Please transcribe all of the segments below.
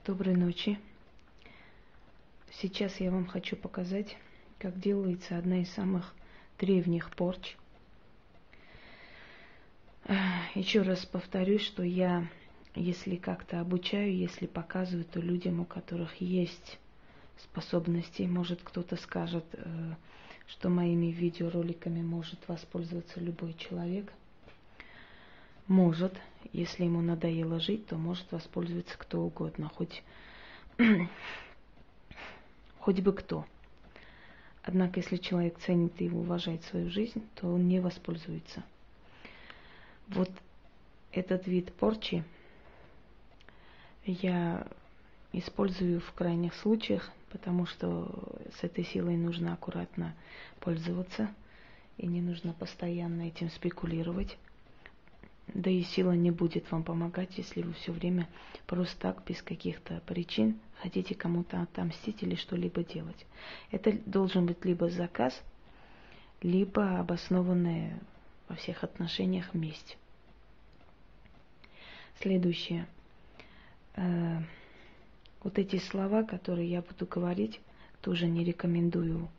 Доброй ночи. Сейчас я вам хочу показать, как делается одна из самых древних порч. Еще раз повторюсь, что я, если как-то обучаю, если показываю, то людям, у которых есть способности, может кто-то скажет, что моими видеороликами может воспользоваться любой человек. Может, если ему надоело жить, то может воспользоваться кто угодно, хоть бы кто. Однако, если человек ценит и уважает свою жизнь, то он не воспользуется. Вот этот вид порчи я использую в крайних случаях, потому что с этой силой нужно аккуратно пользоваться, и не нужно постоянно этим спекулировать. Да и сила не будет вам помогать, если вы все время просто так, без каких-то причин, хотите кому-то отомстить или что-либо делать. Это должен быть либо заказ, либо обоснованное во всех отношениях месть. Следующее. Вот эти слова, которые я буду говорить, тоже не рекомендую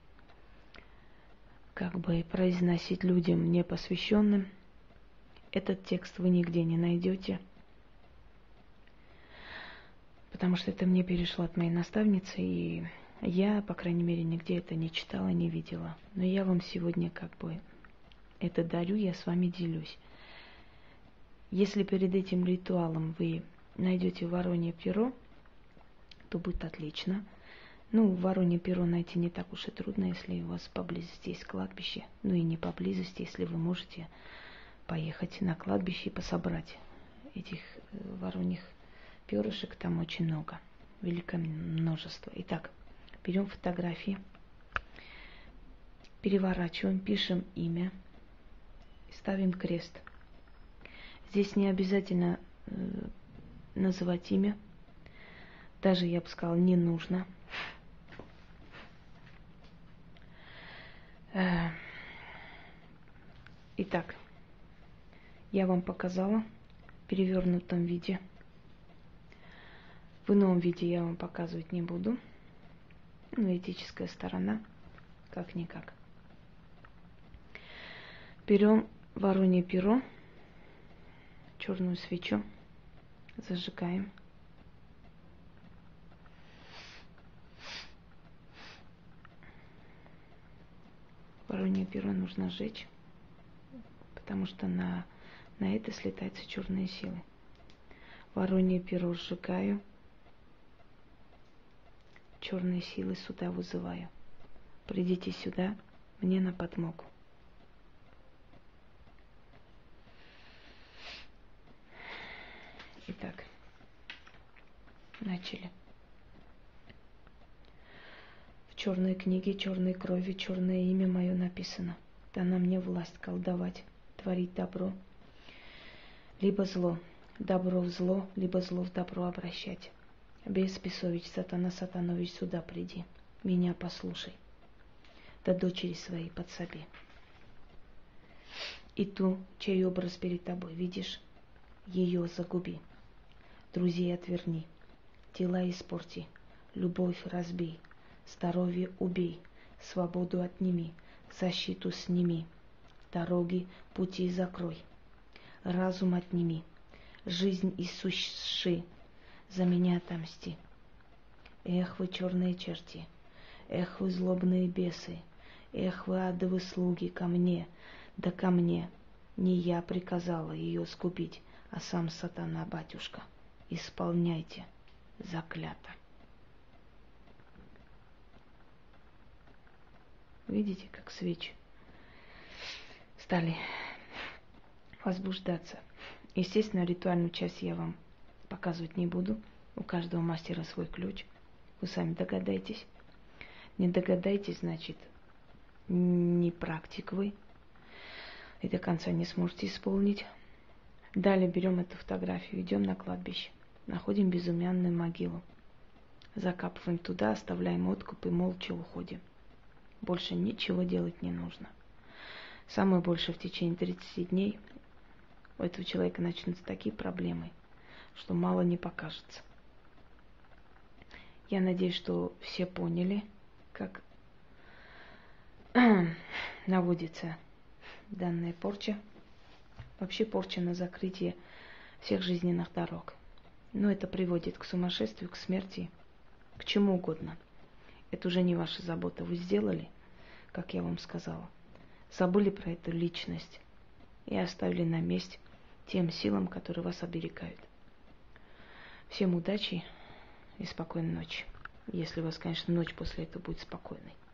произносить людям непосвященным. Этот текст вы нигде не найдете, потому что это мне перешло от моей наставницы, и я, по крайней мере, нигде это не читала, не видела. Но я вам сегодня это дарю, я с вами делюсь. Если перед этим ритуалом вы найдете воронье перо, то будет отлично. Воронье перо найти не так уж и трудно, если у вас поблизости есть кладбище. И не поблизости, если вы можете поехать на кладбище и пособрать этих вороньих перышек. Там очень много, великое множество. Итак, берем фотографии, переворачиваем, пишем имя, ставим крест. Здесь не обязательно называть имя, даже, я бы сказала, не нужно. Итак, я вам показала в перевернутом виде. В ином виде я вам показывать не буду. Этическая сторона, как-никак. Берем воронье перо, черную свечу, зажигаем. Воронье перо нужно сжечь, потому что на это слетаются черные силы. Воронье перо сжигаю, черные силы сюда вызываю. Придите сюда, мне на подмогу. Итак, начали. В черной книге, черной крови, черное имя мое написано. Дана мне власть колдовать, творить добро, либо зло. Добро в зло, либо зло в добро обращать. Беспесович, сатана Сатанович, сюда приди, меня послушай, да дочери своей подсоби. И ту, чей образ перед тобой видишь, ее загуби. Друзей отверни, дела испорти, любовь разбей, здоровье убей, свободу отними, защиту сними, дороги, пути закрой, разум отними, жизнь иссуши, за меня отомсти. Эх вы, черные черти, эх вы, злобные бесы, эх вы, адовы слуги, ко мне, да ко мне. Не я приказала ее сгубить, а сам сатана, батюшка. Исполняйте, заклято. Видите, как свечи стали возбуждаться. Естественно, ритуальную часть я вам показывать не буду. У каждого мастера свой ключ. Вы сами догадаетесь. Не догадаетесь, значит, не практик вы. И до конца не сможете исполнить. Далее берем эту фотографию, идем на кладбище. Находим безымянную могилу. Закапываем туда, оставляем откуп и молча уходим. Больше ничего делать не нужно. Самое большее в течение 30 дней у этого человека начнутся такие проблемы, что мало не покажется. Я надеюсь, что все поняли, как наводится данная порча. Вообще порча на закрытие всех жизненных дорог. Но это приводит к сумасшествию, к смерти, к чему угодно. Это уже не ваша забота. Вы сделали, как я вам сказала. Забыли про эту личность и оставили на месте тем силам, которые вас оберегают. Всем удачи и спокойной ночи. Если у вас, конечно, ночь после этого будет спокойной.